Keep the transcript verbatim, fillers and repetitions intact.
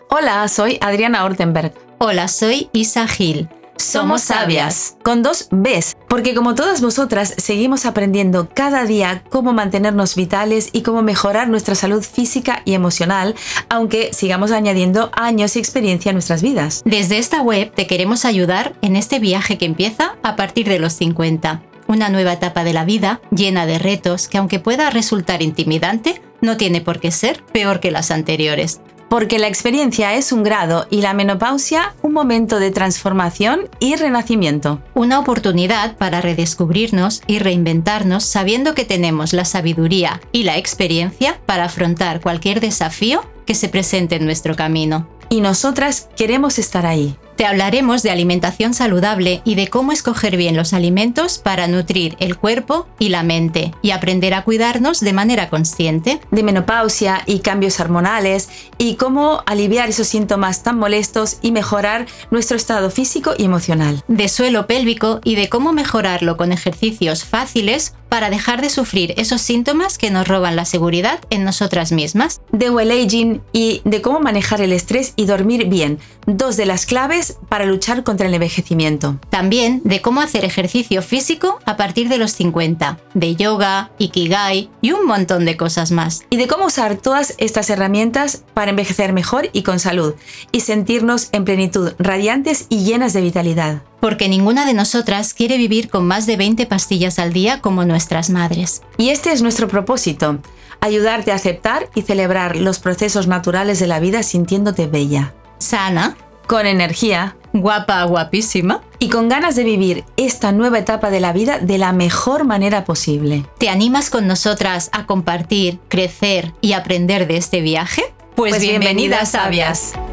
Hola, soy Adriana Ortenberg. Hola, soy Isa Gil. Somos sabias, con dos Bs, porque como todas vosotras seguimos aprendiendo cada día cómo mantenernos vitales y cómo mejorar nuestra salud física y emocional, aunque sigamos añadiendo años y experiencia a nuestras vidas. Desde esta web te queremos ayudar en este viaje que empieza a partir de los cincuenta. Una nueva etapa de la vida llena de retos que, aunque pueda resultar intimidante, no tiene por qué ser peor que las anteriores. Porque la experiencia es un grado y la menopausia un momento de transformación y renacimiento. Una oportunidad para redescubrirnos y reinventarnos sabiendo que tenemos la sabiduría y la experiencia para afrontar cualquier desafío que se presente en nuestro camino. Y nosotras queremos estar ahí. Te hablaremos de alimentación saludable y de cómo escoger bien los alimentos para nutrir el cuerpo y la mente y aprender a cuidarnos de manera consciente. De menopausia y cambios hormonales y cómo aliviar esos síntomas tan molestos y mejorar nuestro estado físico y emocional. De suelo pélvico y de cómo mejorarlo con ejercicios fáciles para dejar de sufrir esos síntomas que nos roban la seguridad en nosotras mismas. De well aging y de cómo manejar el estrés y dormir bien, dos de las claves para luchar contra el envejecimiento. También de cómo hacer ejercicio físico a partir de los cincuenta, de yoga, ikigai y un montón de cosas más. Y de cómo usar todas estas herramientas para envejecer mejor y con salud y sentirnos en plenitud, radiantes y llenas de vitalidad. Porque ninguna de nosotras quiere vivir con más de veinte pastillas al día como nuestras madres. Y este es nuestro propósito, ayudarte a aceptar y celebrar los procesos naturales de la vida sintiéndote bella, sana, con energía, guapa, guapísima y con ganas de vivir esta nueva etapa de la vida de la mejor manera posible. ¿Te animas con nosotras a compartir, crecer y aprender de este viaje? Pues, pues bienvenidas, sabias.